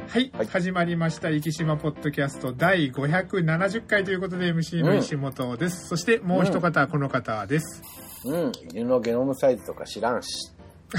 はい、はい、始まりました生島ポッドキャスト第570回ということで MC の石本です、そしてもう一方、この方です。 犬のゲノムサイズとか知らんし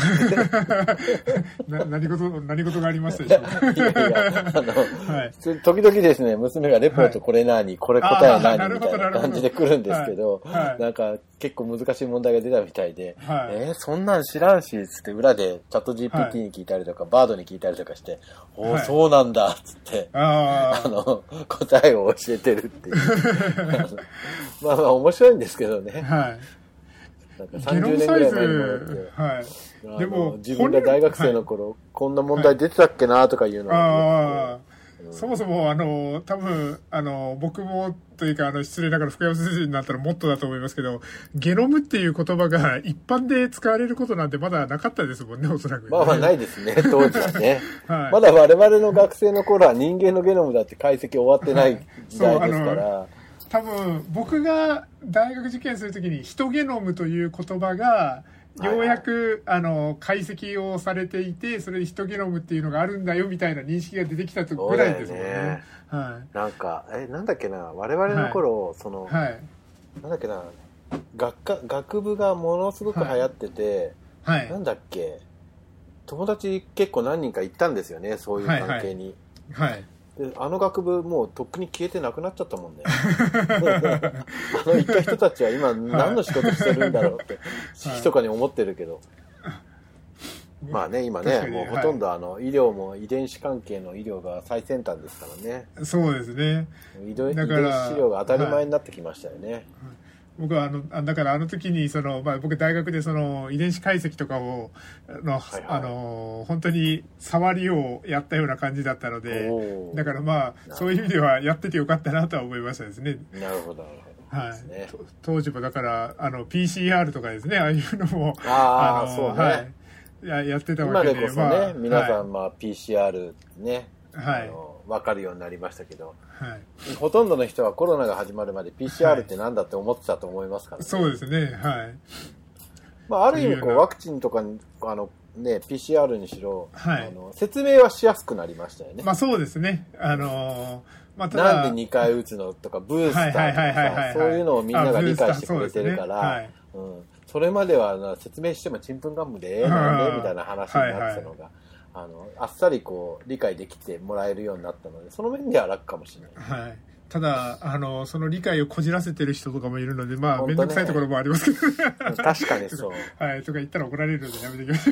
何事がありましたでしょうか。いはい、時々ですね、娘がレポートこれ何、これ答え何みたいな感じで来るんですけど、なんか結構難しい問題が出たみたいで、そんなん知らんしつって裏でチャット GPT に聞いたりとか、バードに聞いたりとかして、そうなんだっつって答えを教えてるっていうまあ面白いんですけどね。なんか30年ぐらい前にもらって、でも自分が大学生の頃、こんな問題出てたっけなとかいうのを、 そもそも多分僕もというか失礼ながら福山先生になったらもっとだと思いますけど、ゲノムっていう言葉が一般で使われることなんてまだなかったですもんね、おそらく、ね。 まあないですね、当時はね。まだ我々の学生の頃は人間のゲノムだって解析終わってない時代ですから。 多分僕が大学受験するときにヒトゲノムという言葉がようやく解析をされていて、それでヒトゲノムっていうのがあるんだよみたいな認識が出てきたぐらいですもんね。 なんかなんだっけな、我々の頃、なんだっけな、学部がものすごく流行ってて、なんだっけ、友達結構何人か行ったんですよね、そういう関係に。で学部もうとっくに消えてなくなっちゃったもんね。行った人たちは今何の仕事してるんだろうって密かに思ってるけど、まあね、今ね、もうほとんど医療も遺伝子関係の医療が最先端ですからね。 そうですね。 遺伝子治療が当たり前になってきましたよね。 僕はだから時に僕大学で遺伝子解析とかを本当に触りをやったような感じだったので、だからそういう意味ではやっててよかったなとは思いましたですね。 なるほど。 当時もだからPCR とかですね、ああいうのもそうね、 やってたわけで、 今でこそね、皆さんPCR ね、分かるようになりましたけど、ほとんどの人はコロナが始まるまで PCR ってなんだって思ってたと思いますからね。 そうですね。 ある意味ワクチンとかPCR にしろ、説明はしやすくなりましたよね。 そうですね。なんで 2回打つのとかブースターとかそういうのをみんなが理解してくれてるから、それまでは説明してもちんぷんかんぷんでなんでみたいな話になってたのが、あっさり理解できてもらえるようになったので、その面では楽かもしれない。 ただその理解をこじらせてる人とかもいるので、めんどくさいところもありますけど、 確かにそう。 とか言ったら怒られるのでやめてきましょ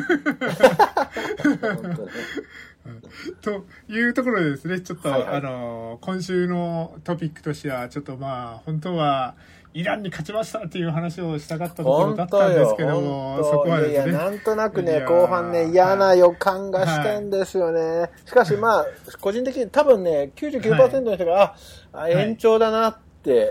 う。というところでですね、ちょっと今週のトピックとしてはちょっと本当はイランに勝ちましたっていう話をしたかったところだったんですけども、そこはですね、 なんとなくね、後半ね、嫌な予感がしてんですよね。しかし個人的に多分ね、99% の人が、延長だなって、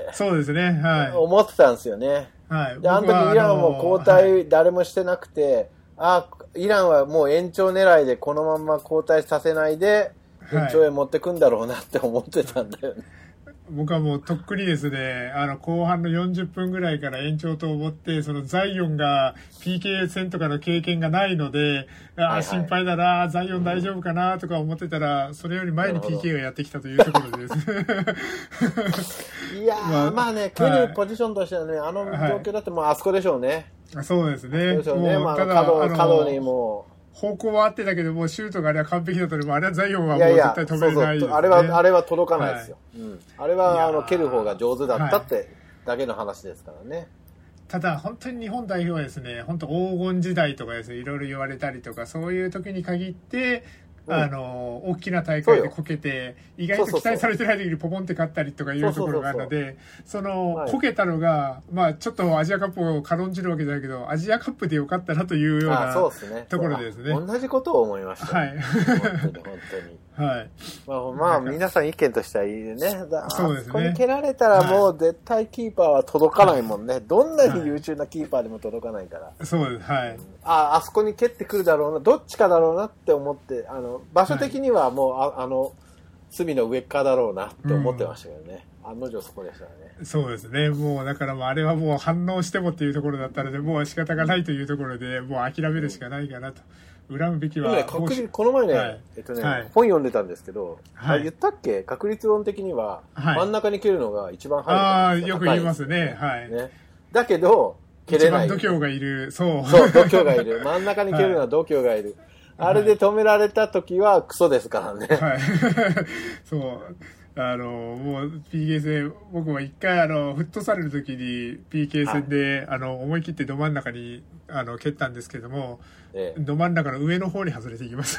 そうですね、 思ってたんですよね。で、あの時イランも交代誰もしてなくて、イランはもう延長狙いでこのまま交代させないで、延長へ持ってくんだろうなって思ってたんだよね。 僕はもうとっくにですね、後半の40分ぐらいから延長と思って、ザイオンが PK 戦とかの経験がないので、心配だな、ザイオン大丈夫かなとか思ってたら、それより前に PK がやってきたというところです。 いやー、蹴るポジションとしてはね、状況だってあそこでしょうね。 そうですね。 角にも方向は合ってたけども、シュートがあれは完璧だったので、あれはザイオンはもう絶対止めれないですね。 あれは届かないですよ。あれは蹴る方が上手だったってだけの話ですからね。 ただ本当に日本代表はですね、本当黄金時代とかですね、いろいろ言われたりとか、そういう時に限って大きな大会でこけて、意外と期待されてない時にポポンって勝ったりとかいうところがあるので、こけたのが、ちょっとアジアカップを軽んじるわけじゃないけど、アジアカップでよかったなというようなところですね。 同じことを思いました。本当に。皆さん意見としてはいいね。 そうですね。 ここに蹴られたらもう絶対キーパーは届かないもんね。どんなに優秀なキーパーでも届かないから。 そうです。 あそこに蹴ってくるだろうな、どっちかだろうなって思って、場所的にはもう、隅の上側だろうなって思ってましたけどね。 案の定そこでしたね。 そうですね。もうだからあれはもう反応してもっていうところだったので、もう仕方がないというところで、もう諦めるしかないかなと。恨むべきは。 ね、この前ね、はい、本読んでたんですけど、 はい、 言ったっけ、確率論的には、真ん中に蹴るのが一番早い、 ああ、よく言いますね。はい。 ね、だけど、蹴れない。 一番度胸がいる。そう。 そう、度胸がいる。真ん中に蹴るのは度胸がいる。はい、あれで止められた時はクソですからね。 はい。そう。もう PK 戦、僕は一回フットサルの時に PK 戦で、思い切ってど真ん中に、蹴ったんですけども、ど真ん中の上の方に外れていきます。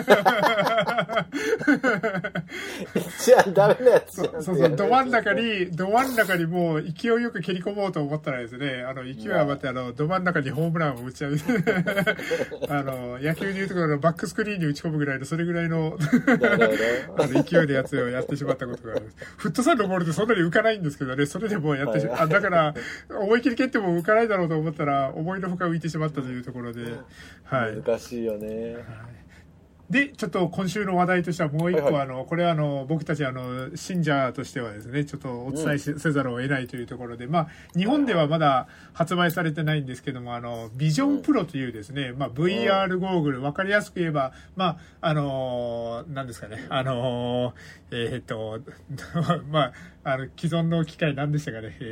一番ダメなやつじゃん。 そう、ど真ん中にもう勢いよく蹴り込もうと思ったらですね、勢い余ってど真ん中にホームランを打ち上げて、野球でいうところのバックスクリーンに打ち込むぐらいの、それぐらいの勢いでやつをやってしまったことがある。フットサルのボールってそんなに浮かないんですけどね、それでもうやってしまう。だから、思い切り蹴っても浮かないだろうと思ったら、思いのほか浮いてしまったというところで、はい。 難しいよね。はい、 で、ちょっと今週の話題としてはもう一個、これは僕たち信者としてはですね、ちょっとお伝えせざるを得ないというところで、まあ、日本ではまだ発売されてないんですけども、ビジョンプロというですね、まあ、VR ゴーグル、わかりやすく言えば、まあ、何ですかね、まあ、既存の機械何でしたかね、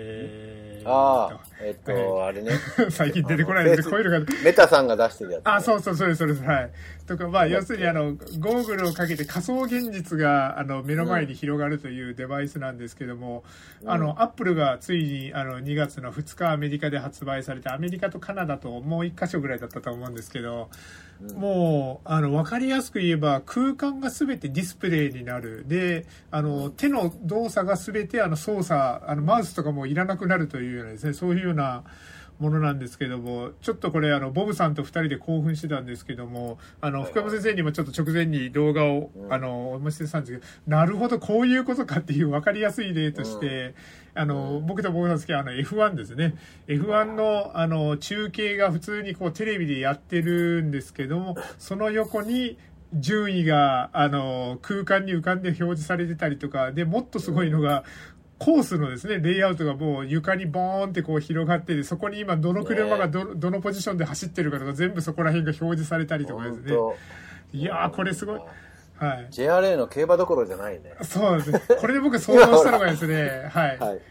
あれね。 最近出てこないので、こういうのが。 メタさんが出してるやつ、ね。 あ、そうそう、そうです、そうです。はい。とか、まあ、要するにゴーグルをかけて仮想現実が、目の前に広がるというデバイスなんですけども、アップルがついに、2月の2日アメリカで発売されて、アメリカとカナダともう1箇所ぐらいだったと思うんですけど、もう、わかりやすく言えば、空間がすべてディスプレイになる。で、手の動作がすべて操作、マウスとかもいらなくなるというようなですね、そういうようなものなんですけども、ちょっとこれボブさんと2人で興奮してたんですけども、福山先生にもちょっと直前に動画を、お見せしたんですけど、なるほど、こういうことかっていう分かりやすい例として、僕とボブさん好きなF1 ですね。F1 の、中継が普通にこうテレビでやってるんですけども、その横に、順位が、空間に浮かんで表示されてたりとか、で、もっとすごいのが、コースのですね、レイアウトがもう床にボーンってこう広がってて、そこに今どの車がどのポジションで走ってるかとか全部そこら辺が表示されたりとかですね。いやー、これすごい。はい。 JRA の競馬どころじゃないね。 そうですね。これで僕想像したのがですね、はい。はい、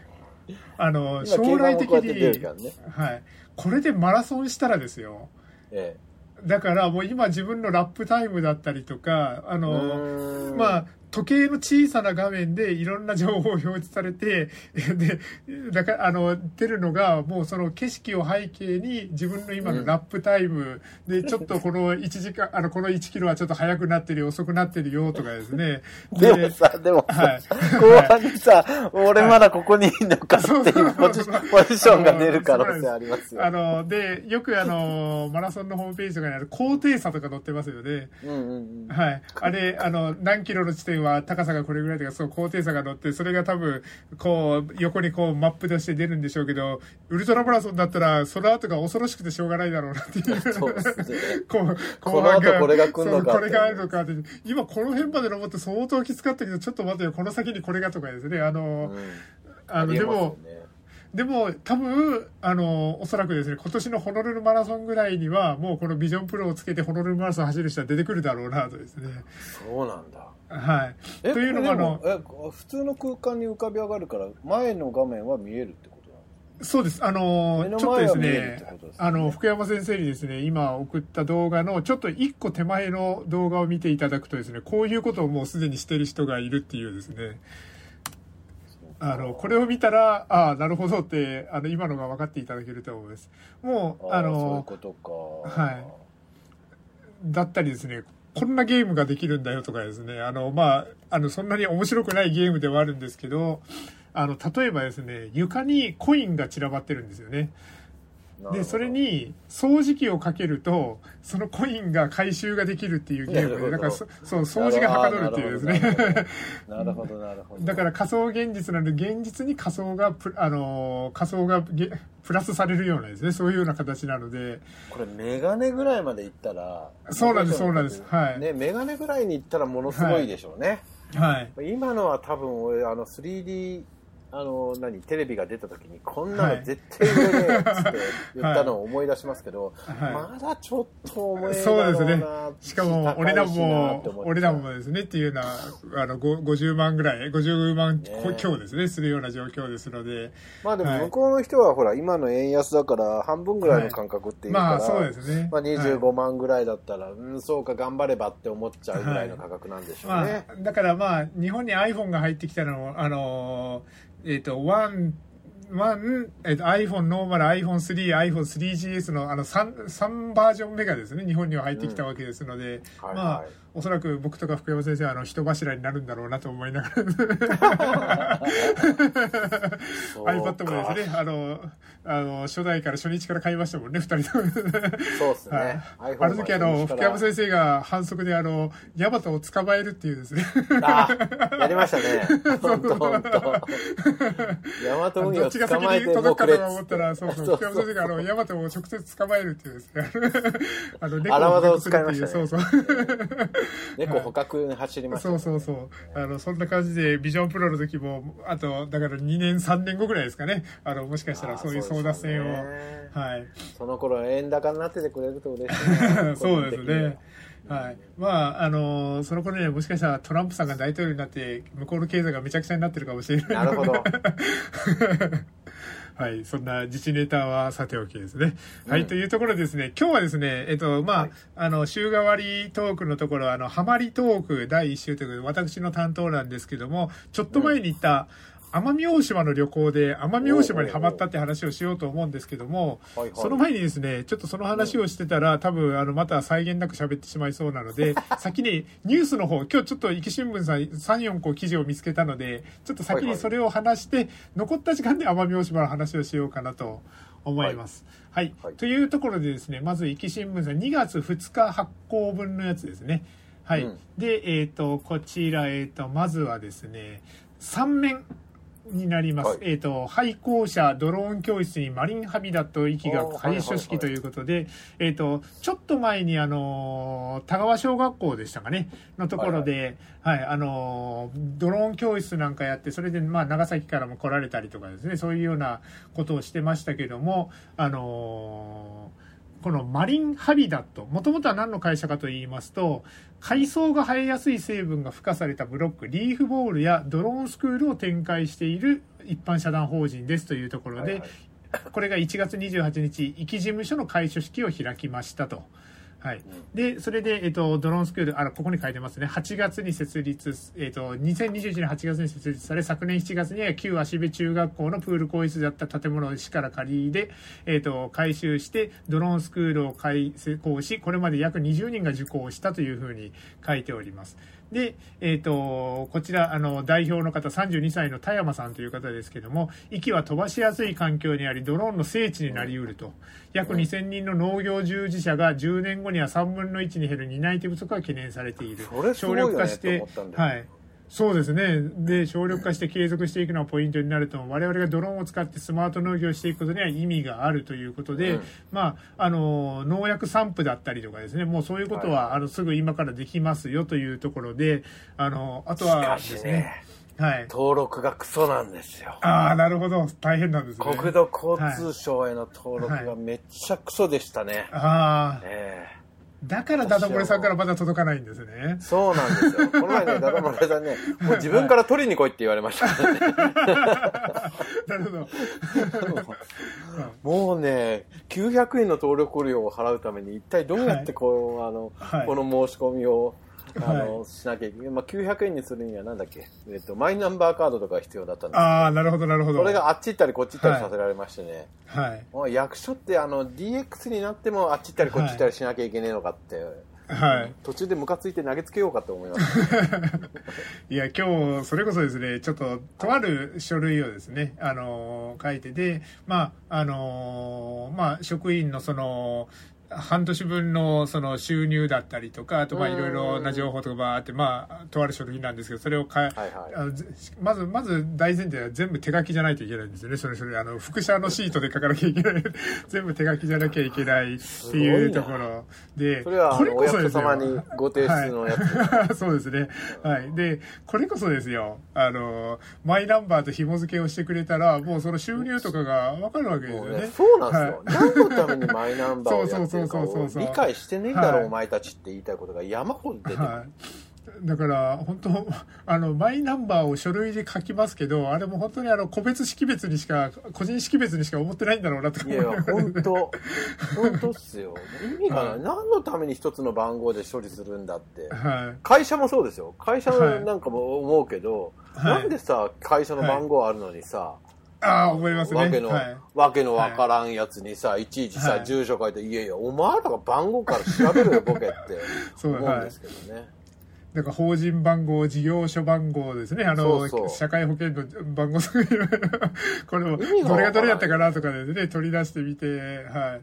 将来的に、ね、はい。これでマラソンしたらですよ。だからもう今自分のラップタイムだったりとか、まあ、時計の小さな画面でいろんな情報を表示されて、で、だから、出るのが、もうその景色を背景に自分の今のラップタイムで、ちょっとこの1時間、この1キロはちょっと速くなってるよ、遅くなってるよとかですね。 でもさ、はい、後半にさ、俺まだここにいるのかっていうポジションが出る可能性ありますよ。 で、よくマラソンのホームページとかにある高低差とか載ってますよね。はい。あれ、何キロの地点は高さがこれぐらいとか、そう、高低差が載って、それが多分、こう、横にこう、マップとして出るんでしょうけど、ウルトラマラソンだったら、その後が恐ろしくてしょうがないだろうなっていう。そうですね。この後これが来るのか。 これがあるのかって。今この辺まで登って相当きつかったけど、ちょっと待てよ、この先にこれがとかですね。でも、多分、おそらくですね、今年のホノルルマラソンぐらいには、もうこのビジョンプロをつけてホノルルマラソン走る人は出てくるだろうなとですね。 そうなんだ。 はい。というのも普通の空間に浮かび上がるから、前の画面は見えるってことなの？そうです。ちょっとですね、福山先生にですね、今送った動画の、ちょっと一個手前の動画を見ていただくとですね、こういうことをもうすでにしてる人がいるっていうですね、これを見たら、なるほどって、今のが分かっていただけると思います。もう、 そういうことか。 はい。だったりですね、こんなゲームができるんだよとかですね、まあ、そんなに面白くないゲームではあるんですけど、例えばですね、床にコインが散らばってるんですよね。で、それに掃除機をかけると、そのコインが回収ができるっていうゲームで、だからそう、掃除がはかどるっていうですね。 なるほど、なるほど。 だから仮想現実なので、現実に仮想がプラスされるようなですね、そういうような形なので。 これメガネぐらいまでいったら。 そうなんです、そうなんです。はい。 ね、メガネぐらいにいったらものすごいでしょうね。 はい、 今のは多分俺3Dテレビが出た時にこんなの絶対売れねえっつって言ったのを思い出しますけど、はい、まだちょっと重いだろうな。そうですね。 しかも俺らもですねっていうような50万ぐらい50万強ですねするような状況ですので、 まあでも向こうの人はほら今の円安だから半分ぐらいの感覚っていうから、 まあそうですね。 まあ25万ぐらいだったら、そうか頑張ればって思っちゃうぐらいの価格なんでしょうね。 まあ、だからまあ日本に iPhone が入ってきたのiPhone ノーマル、iPhone 3、iPhone 3GS の3バージョン目がですね、日本には入ってきたわけですので、 はいはい、 まあ、おそらく僕とか福山先生は人柱になるんだろうなと思いながらiPad もですね、初代から初日から買いましたもんね、2人とも。 そうですね。 はい、あの時福山先生が反則でヤマトを捕まえるっていうですね。 やりましたね。本当。ヤマト運輸を捕まえて届くかと思ったら、そう福山先生がヤマトを直接捕まえるっていうですね。 猫を使いましたね。 そうそう。 猫捕獲に走りました、 ね。そう。そんな感じで、ビジョンプロの時も、あと、だから2年、3年後ぐらいですかね。もしかしたらそういう争奪戦を。はい。 その頃円高になっててくれると嬉しいな。 そうですね。はい。まあ、その頃にはもしかしたらトランプさんが大統領になって、向こうの経済がめちゃくちゃになってるかもしれない。 なるほど。 はい。そんな自治ネタはさておきですね。はい。というところですね。今日はですね、まあ、週替わりトークのところ、ハマりトーク第1週ということで、私の担当なんですけども、ちょっと前に行った、奄美大島の旅行で奄美大島にハマったって話をしようと思うんですけども、その前にですね、ちょっとその話をしてたら、多分また際限なく喋ってしまいそうなので、先にニュースの方、今日ちょっと壱岐新聞さん3、4個記事を見つけたので、ちょっと先にそれを話して、残った時間で奄美大島の話をしようかなと思います。はい。というところでですね、まず壱岐新聞さん2月2日発行分のやつですね。はい。で、こちら、まずはですね、3面。になります。廃校舎ドローン教室にマリンハビタット壱岐が開所式ということで、ちょっと前に田川小学校でしたかね、のところで、はい、ドローン教室なんかやって、それでまあ長崎からも来られたりとかですね、そういうようなことをしてましたけども、このマリンハビタット、もともとは何の会社かと言いますと、海藻が生えやすい成分が付加されたブロック、リーフボールやドローンスクールを展開している一般社団法人ですというところで、これが1月28日、壱岐事務所の開所式を開きましたと。はい。で、それで、ドローンスクール、ここに書いてますね。8月に設立、2021年8月に設立され、昨年7月には旧芦部中学校のプール更衣室だった建物を市から借りで、改修して、ドローンスクールを開講し、これまで約20人が受講したというふうに書いております。で、こちら、代表の方、32歳の田山さんという方ですけども、壱岐は飛ばしやすい環境にあり、ドローンの聖地になり得ると。約2000人の農業従事者が10年後には3分の1に減る担い手不足が懸念されている。省力化して、はい。そうですね。で、省力化して継続していくのはポイントになると、我々がドローンを使ってスマート農業をしていくことには意味があるということで、まあ、農薬散布だったりとかですね、もうそういうことは、すぐ今からできますよというところで、あとはですね、はい。 登録がクソなんですよ。 ああ、なるほど。大変なんですね。 国土交通省への登録がめっちゃクソでしたね。 ああ。だからダダ漏れさんからまだ届かないんですね。 そうなんですよ。この前ね、ダダ漏れさんね、もう自分から取りに来いって言われましたからね。 なるほど。 もうね、900円の登録料を払うために一体どうやってこの申し込みをしなきゃいけない。まあ、900円にするにはなんだっけ、マイナンバーカードとか必要だったんです。 ああ、なるほど、なるほど。 それがあっち行ったりこっち行ったりさせられましてね。 はい。 もう役所ってDX になってもあっち行ったりこっち行ったりしなきゃいけねえのかって。はい。途中でムカついて投げつけようかと思います、ね。 いや、今日、それこそですね、ちょっと、とある書類をですね、書いてで、まあ、職員の半年分のその収入だったりとか、あとまあいろいろな情報とかバーって、まあ、とある書類なんですけど、それをまず大前提は全部手書きじゃないといけないんですよね。それ複写のシートで書かなきゃいけない。全部手書きじゃなきゃいけないっていうところで、 それはこれこそですよ。お役様にご提出のやつ、 はい、そうですね。はい。で、これこそですよ。マイナンバーと紐付けをしてくれたら、もうその収入とかがわかるわけですよね。 そうなんですよ。何のためにマイナンバーをやってるかを理解してねえだろ、お前たちって言いたいことが山ほど出てくる。 だから本当マイナンバーを書類で書きますけど、あれも本当に個別識別にしか、個人識別にしか思ってないんだろうなとか思いながら。 いや本当っすよ。意味がない。何のために一つの番号で処理するんだって。会社もそうですよ。会社なんかも思うけど、なんでさ会社の番号あるのにさ。 思いますね。 わけのわからんやつにさ、いちいちさ、住所書いて、いやいや、お前らが番号から調べろよ、ボケって思うんですけどね。 だから法人番号、事業所番号ですね。社会保険の番号とかいろいろ、これも、どれがどれやったかなとかですね、取り出してみて、はい。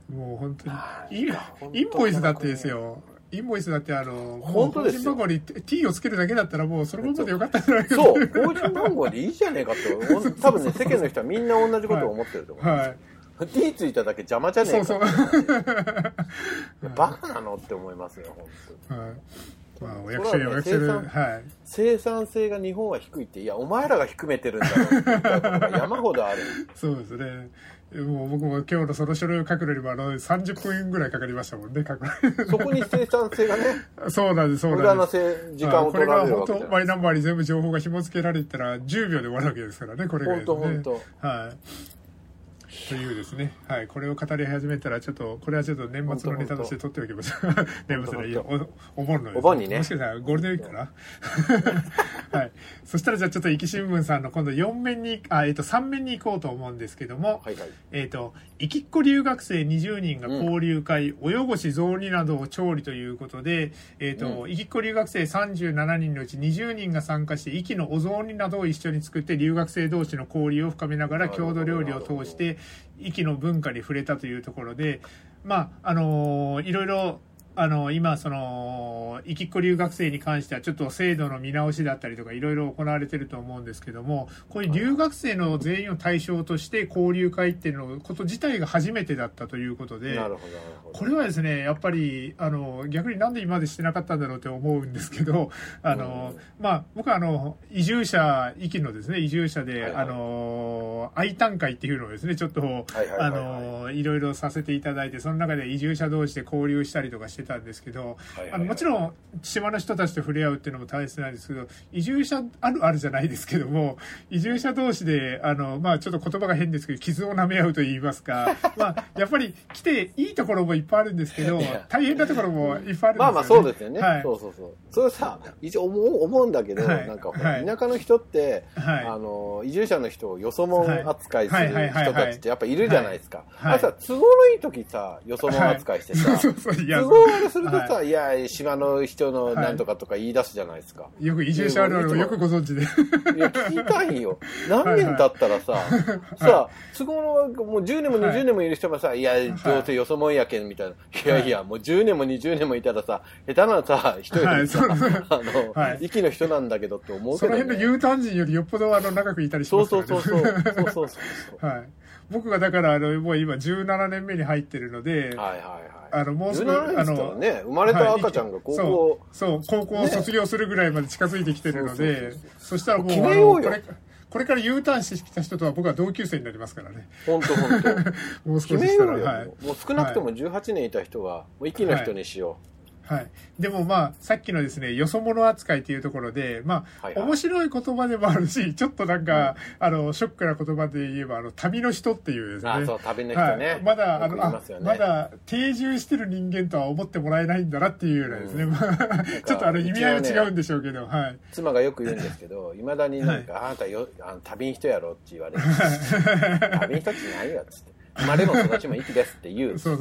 もう本当に、インボイスだってですよ。インボイスだって本当ですよ。 法人番号に T をつけるだけだったらもうそのままでよかったんじゃないかそう、法人番号でいいじゃねえかって、多分ね、世間の人はみんな同じことを思ってると思う。はい。T ついただけ邪魔じゃねえか。そうバカなのって思いますよ、本当に。はい。まあ、お役所やお役所で、はい。生産性が日本は低いって、いや、お前らが低めてるんだろうって言ったことが山ほどある。 そうですね。もう僕も今日のその書類を書くのにも30分ぐらいかかりましたもんね、書く。 そこに生産性がね。 そうなんです、そうなんです。 時間を取られるわけこれが本当、マイナンバーに全部情報が紐付けられたら10秒で終わるわけですからね、これがですね。 本当。 はい。というですね、はい、これを語り始めたらこれはちょっと年末のネタとして取っておきましょう。年末のいやお盆のです、ね、 お盆にね。 もしかしたらゴールデンウィークかな。はい。そしたらじゃあちょっと壱岐新聞さんの今度3面に行こうと思うんですけども、 はいはい、 壱岐っ子留学生20人が交流会、泳ごし雑煮などを調理ということで、壱岐っ子留学生37人のうち20人が参加して壱岐のお雑煮などを一緒に作って留学生同士の交流を深めながら郷土料理を通して壱岐の文化に触れたというところで、まあいろいろ今その壱岐っ子留学生に関してはちょっと制度の見直しだったりとかいろいろ行われてると思うんですけども、こういう留学生の全員を対象として交流会っていうのこと自体が初めてだったということで、これはですねやっぱり逆になんで今までしてなかったんだろうって思うんですけど、まあ僕は移住者壱岐のですね移住者で愛誕会っていうのをですねちょっといろいろさせていただいて、その中で移住者同士で交流したりとかしてたんですけど、もちろん島の人たちと触れ合うっていうのも大切なんですけど、移住者あるじゃないですけども、移住者同士でまあちょっと言葉が変ですけど傷を舐め合うと言いますか、まあやっぱり来ていいところもいっぱいあるんですけど大変なところもいっぱいあるんですよね。 まあそうですよね、はい、そうそれさ一応思うんだけど、はい、なんか、はい、田舎の人って、はい、移住者の人をよそ者扱いする人たちってやっぱいるじゃないですか。あとさ都合のいい時さよそ者扱いしてさ、都合悪するとさ、いや島の人のなんとかとか言い出すじゃないですか。 よく移住者あるあるをよくご存知で。 いや聞きたいよ。何年経ったらさ、都合のもう10年も20年もいる人がさ、いやどうせよそ者やけんみたいな。いやもう10年も20年もいたらさ下手なさ人よりさ息の人なんだけどって思うけど、ね。その辺の U ターン人よりよっぽど長くいたりしますからね。そう。はい。僕がだからもう今17年目に入ってるので、もうすぐね、生まれた赤ちゃんが高校、 高校を卒業するぐらいまで近づいてきてるので、そしたらもうこれから U ターンしてきた人とは僕は同級生になりますからね。 本当もう少ししたら、 はい、もう少なくとも18年いた人はもう息の人にしよう。 はい。でもまあ、さっきのですね、よそ者扱いというところで、まあ、面白い言葉でもあるし、ちょっとなんか、ショックな言葉で言えば、旅の人っていうですね。 そう、旅の人ね。 まだ、まだ定住してる人間とは思ってもらえないんだなっていうようなですね。ちょっと意味合いは違うんでしょうけど、はい。 妻がよく言うんですけど、いまだになんか、あなた旅の人やろって言われる。旅の人ってないよ、つって。生まれも育ちも息ですって言う。 そう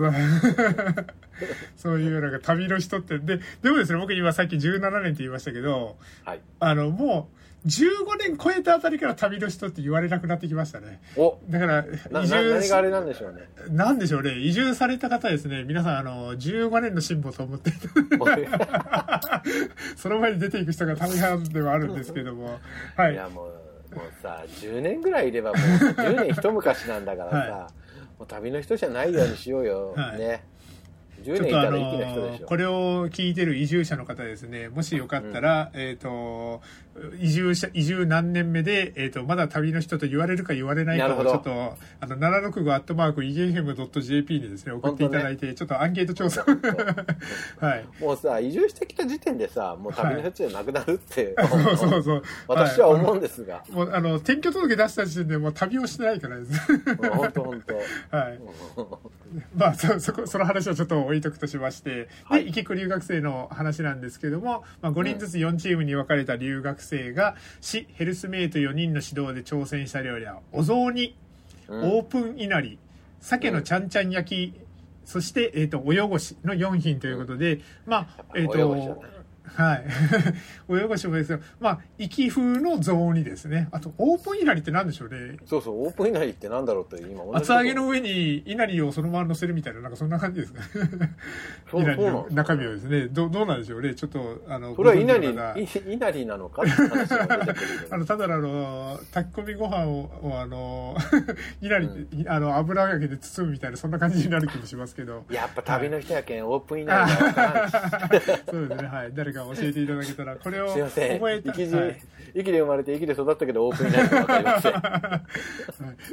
いうなんか旅の人ってでもですね僕今さっき17年って言いましたけど、はい、もう 15年超えたあたりから旅の人って言われなくなってきましたね。だから、 何があれなんでしょうね。 なんでしょうね。移住された方ですね、皆さん、15年の辛抱と思っていた。その前に出ていく人が旅派ではあるんですけども。はい。 いや、もうさ、10年ぐらいいればもう、10年一昔なんだからさ、はい、もう旅の人じゃないようにしようよ。はい、ね。10年いたら生きな人でしょ。 これを聞いてる移住者の方ですね、もしよかったら、移住何年目で、まだ旅の人と言われるか言われないかをちょっと、765@egfm.jp にですね、送っていただいて、ちょっとアンケート調査。 はい。もうさ、移住してきた時点でさ、もう旅の人じゃなくなるって、 そう。 私は思うんですが。 もう、転居届出した時点でもう旅をしてないからです。 本当。 はい。まあ、その話をちょっと置いとくとしまして、で、池子留学生の話なんですけども、まあ、5人ずつ4チームに分かれた留学生が、市ヘルスメイト4人の指導で挑戦した料理は、お雑煮、オープンいなり、鮭のちゃんちゃん焼き、そして、泳ごしの4品ということで、まあ、はい。泳ごしもですよ。まあ、壱岐風の雑煮ですね。あと、オープンいなりって何でしょうね。 そう、オープンいなりって何だろうって今厚揚げの上にいなりをそのまま乗せるみたいな、なんかそんな感じですかね。いなりの中身をですね。どうなんでしょうね。ちょっと、 それはいなりなのかって話が出てくる。 ただ炊き込みご飯を、いなり、油揚げで包むみたいな、そんな感じになる気もしますけど。 やっぱ旅の人やけん、オープンいなりがわからん。 そうですね。はい。誰か教えていただけたら、これを覚えた。 壱岐で生まれて壱岐で育ったけどオープンになるか分かりません。 はい、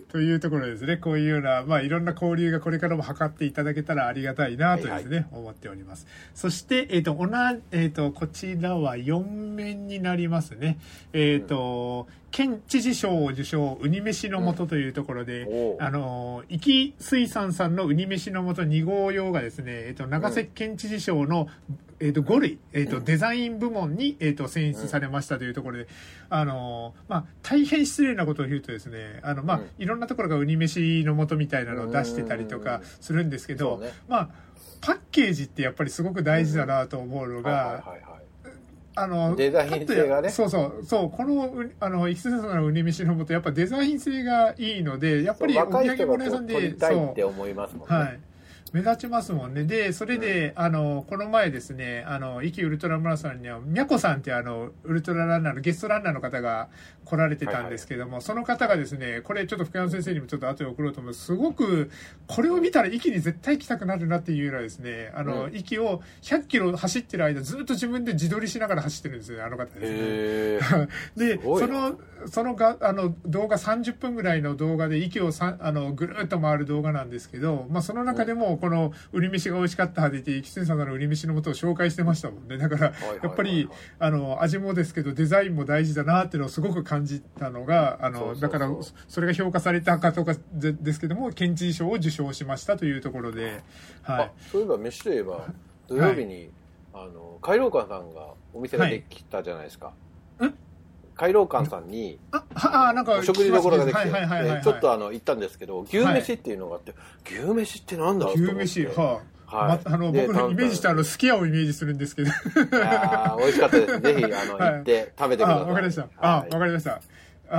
というところですね、こういうような、まあ、いろんな交流がこれからも図っていただけたらありがたいなとですね、思っております。そして、こちらは4面になりますね。県知事賞を受賞、ウニ飯の素というところで、壱岐水産さんのウニ飯の素2号用がですね、長崎県知事賞の5類、デザイン部門に、選出されましたというところで、まあ、大変失礼なことを言うとですね、まあ、いろんなところがウニ飯の素みたいなのを出してたりとかするんですけど、まあ、パッケージってやっぱりすごく大事だなと思うのが、 デザイン性がね。 そう、この、イキスさんのウニ飯の素、やっぱデザイン性がいいので、やっぱりお土産物屋さんで、 撮りたいって思いますもんね。はい。 目立ちますもんね。で、それで、この前ですね、壱岐ウルトラマラソンには、みゃこさんってウルトラランナーのゲストランナーの方が来られてたんですけども、その方がですね、これちょっと福山先生にもちょっと後で送ろうと思う。すごく、これを見たら壱岐に絶対来たくなるなっていうようなですね、壱岐を100キロ走ってる間、ずっと自分で自撮りしながら走ってるんですよね、あの方ですね。で、その動画30分ぐらいの動画で息をぐるっと回る動画なんですけど、まあ、その中でもこのウニ飯が美味しかったって言って、イキスンさんのウニ飯の素を紹介してましたもんね。だから、やっぱり、味もですけど、デザインも大事だなっていうのをすごく感じたのが、だから、それが評価されたかとかですけども、県知事賞を受賞しましたというところで、はい。 そういえば、飯といえば、土曜日に、海楼館さんがお店ができたじゃないですか。海楼館さんになんかお食事どころができて、ちょっと行ったんですけど、牛飯っていうのがあって、牛飯ってなんだろうと思って。 牛飯、僕のイメージしてすき家をイメージするんですけど。 美味しかったです。ぜひ行って食べてください。 わかりました。わかりました。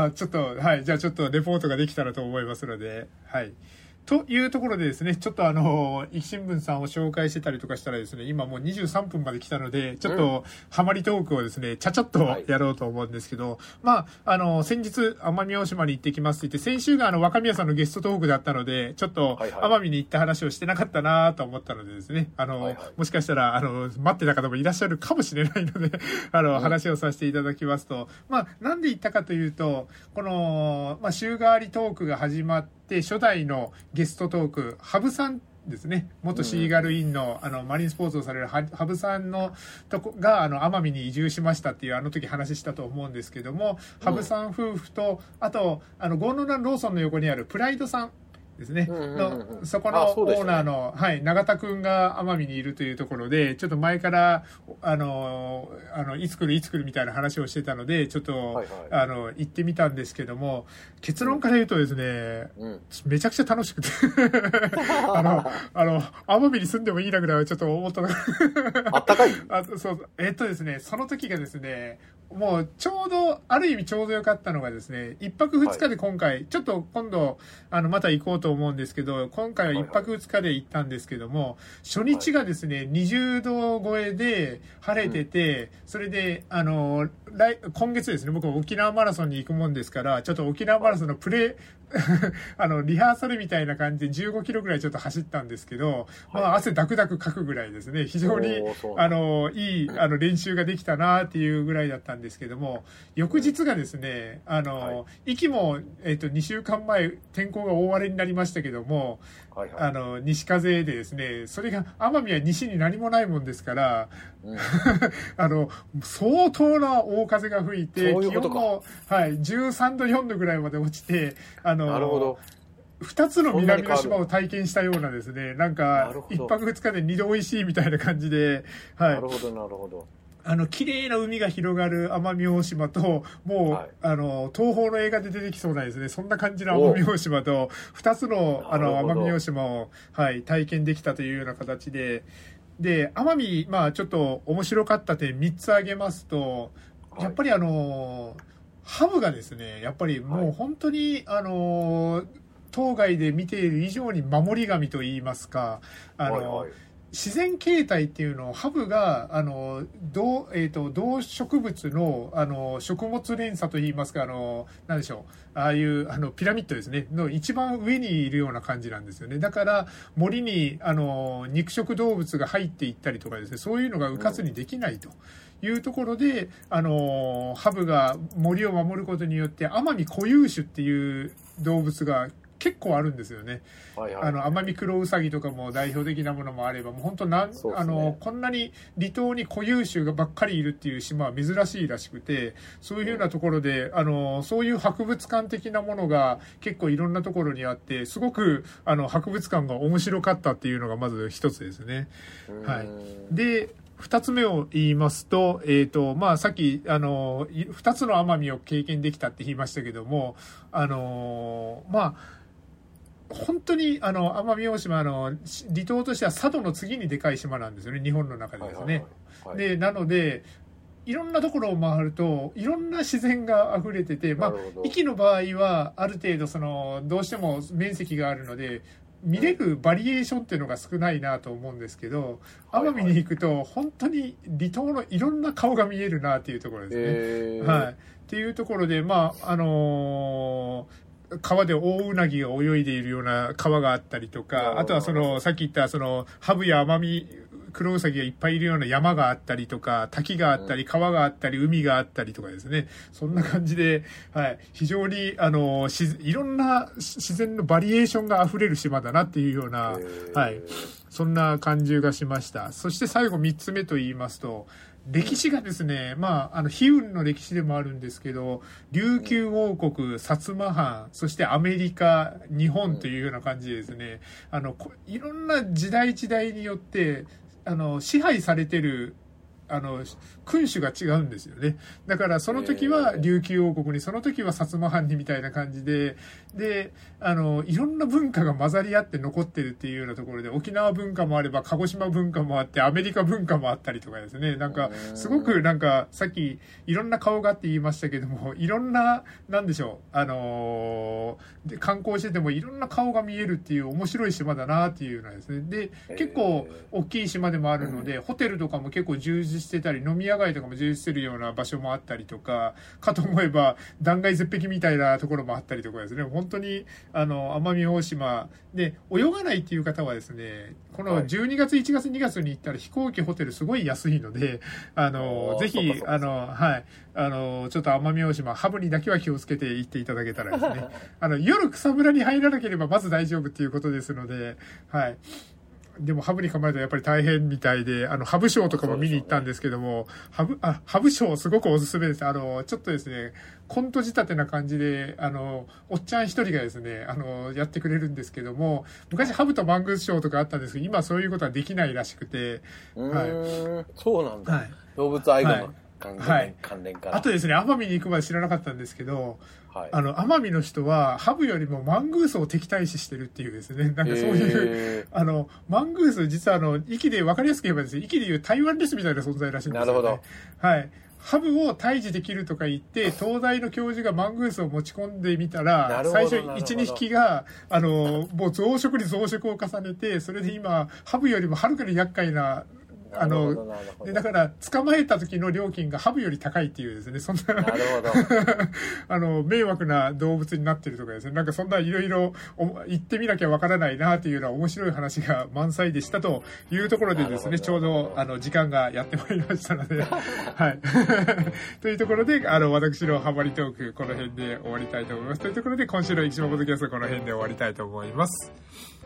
ちょっと、はい。じゃあちょっとレポートができたらと思いますので、はい。というところでですね、ちょっと壱岐新聞さんを紹介してたりとかしたらですね、今もう23分まで来たので、ちょっとハマりトークをですね、ちゃっとやろうと思うんですけど、まあ、先日奄美大島に行ってきますって言って、先週が若宮さんのゲストトークだったので、ちょっと奄美に行った話をしてなかったなと思ったのでですね、もしかしたら、待ってた方もいらっしゃるかもしれないので、話をさせていただきますと、まあ、なんで行ったかというと、この、まあ、週替わりトークが始まって、初代のゲストトーク、羽生さんですね。元シーガルインの、マリンスポーツをされる羽生さんのとこが、奄美に移住しましたっていう、時話したと思うんですけども、羽生さん夫婦と、あと、ゴーノランローソンの横にあるプライドさんですね。そこのオーナーの、はい、永田くんが奄美にいるというところで、ちょっと前から、いつ来るみたいな話をしてたので、ちょっと、行ってみたんですけども、結論から言うとですね、めちゃくちゃ楽しくて、奄美に住んでもいいなぐらいはちょっと思ったのがあったかいそう、ですね、その時がですね、 もうちょうど、ある意味ちょうど良かったのがですね、1泊2日で今回、ちょっと今度、また行こうと思うんですけど、今回は1泊2日で行ったんですけども、初日がですね、20度超えで晴れてて、それで、今月ですね、僕は沖縄マラソンに行くもんですから、ちょっと沖縄マラソンのリハーサルみたいな感じで15キロぐらいちょっと走ったんですけど、まあ汗ダクダクかくぐらいですね、非常に、いい、練習ができたなっていうぐらいだったんですけども、翌日がですね、壱岐も、2週間前、天候が大荒れになりましたけども、西風でですね、それが奄美は西に何もないもんですから、相当な大風が吹いて、気温も、はい、13度、4度ぐらいまで落ちて、なるほど。2つの南の島を体験したようなですね、なんか、1泊2日で2度美味しいみたいな感じで、はい。 なるほど、なるほど。 綺麗な海が広がる奄美大島と、もう、東宝の映画で出てきそうなですね、そんな感じの奄美大島と、2つの、奄美大島を、はい、体験できたというような形で、で、奄美、まあ、ちょっと面白かった点3つ挙げますと、やっぱりハブがですね、やっぱりもう本当に、当該で見ている以上に守り神といいますか、自然形態っていうのをハブが動植物の食物連鎖といいますかなんでしょう、ああいうピラミッドですねの一番上にいるような感じなんですよね。だから森に肉食動物が入っていったりとかですね、そういうのがうかつにできないというところで、ハブが森を守ることによってアマミ固有種っていう動物が結構あるんですよね。アマミクロウサギとかも代表的なものもあれば、もう本当こんなに離島に固有種がばっかりいるっていう島は珍しいらしくて、そういうようなところで、そういう博物館的なものが結構いろんなところにあって、すごく、博物館が面白かったっていうのがまず一つですね。はい。で、二つ目を言いますと、まあ、さっき、二つの奄美を経験できたって言いましたけども、まあ、本当に奄美大島離島としては佐渡の次にでかい島なんですよね、日本の中でですね。でなのでいろんなところを回るといろんな自然が溢れてて、まあ壱岐の場合はある程度どうしても面積があるので見れるバリエーションっていうのが少ないなと思うんですけど、奄美に行くと本当に離島のいろんな顔が見えるなっていうところですね。はい。っていうところで、まあ川で大ウナギが泳いでいるような川があったりとか、あとはさっき言ったハブやアマミクロウサギがいっぱいいるような山があったりとか、滝があったり、川があったり、海があったりとかですね。そんな感じで、はい。非常に、いろんな自然のバリエーションが溢れる島だなっていうような、はい。そんな感じがしました。そして最後3つ目と言いますと、歴史がですね、まあ、悲運の歴史でもあるんですけど、琉球王国、薩摩藩、そしてアメリカ、日本というような感じでですね、いろんな時代時代によって、支配されてる、君主が違うんですよね。だからその時は琉球王国に、その時は薩摩藩にみたいな感じで、で、いろんな文化が混ざり合って残ってるっていうようなところで、沖縄文化もあれば、鹿児島文化もあって、アメリカ文化もあったりとかですね。なんか、すごくなんか、さっき、いろんな顔がって言いましたけども、いろんな、なんでしょう、観光しててもいろんな顔が見えるっていう面白い島だなっていうようなですね。で、結構大きい島でもあるので、ホテルとかも結構充実してたり、飲み屋街とかも充実してるような場所もあったりとか、かと思えば断崖絶壁みたいなところもあったりとかですね。本当に奄美大島で泳がないっていう方はですね、この12月、1月、2月に行ったら飛行機ホテルすごい安いので、ぜひはい、ちょっと奄美大島ハブにだけは気をつけて行っていただけたらですね、夜草むらに入らなければまず大丈夫っていうことですので、はい。でもハブに構えるとやっぱり大変みたいで、ハブショーとかも見に行ったんですけども、ハブショーすごくおすすめです。ちょっとですね、コント仕立てな感じで、おっちゃん一人がですね、やってくれるんですけども、昔ハブとマングースショーとかあったんですけど、今そういうことはできないらしくて、 はい。そうなんだ。 はい。 動物愛護の関連から。 あとですね、奄美に行くまで知らなかったんですけど、はい、奄美の人はハブよりもマングースを敵対視してるっていうですね、なんかそういう、マングース実は壱岐で分かりやすく言えばですね、壱岐でいう台湾リスみたいな存在らしいんですよね。なるほど。はい。 ハブを退治できるとか言って、東大の教授がマングースを持ち込んでみたら、最初1、2匹が、もう増殖に増殖を重ねて、それで今、ハブよりもはるかに厄介な、でだから捕まえた時の料金がハブより高いっていうですね、そんな、なるほど迷惑な動物になってるとかですね、なんかそんないろいろ言ってみなきゃわからないなっていうような面白い話が満載でしたというところでですね、ちょうど時間がやってまいりましたので、はい。というところで、私のハマりトーク、この辺で終わりたいと思います。というところで、今週の生島ポッドキャストこの辺で終わりたいと思います。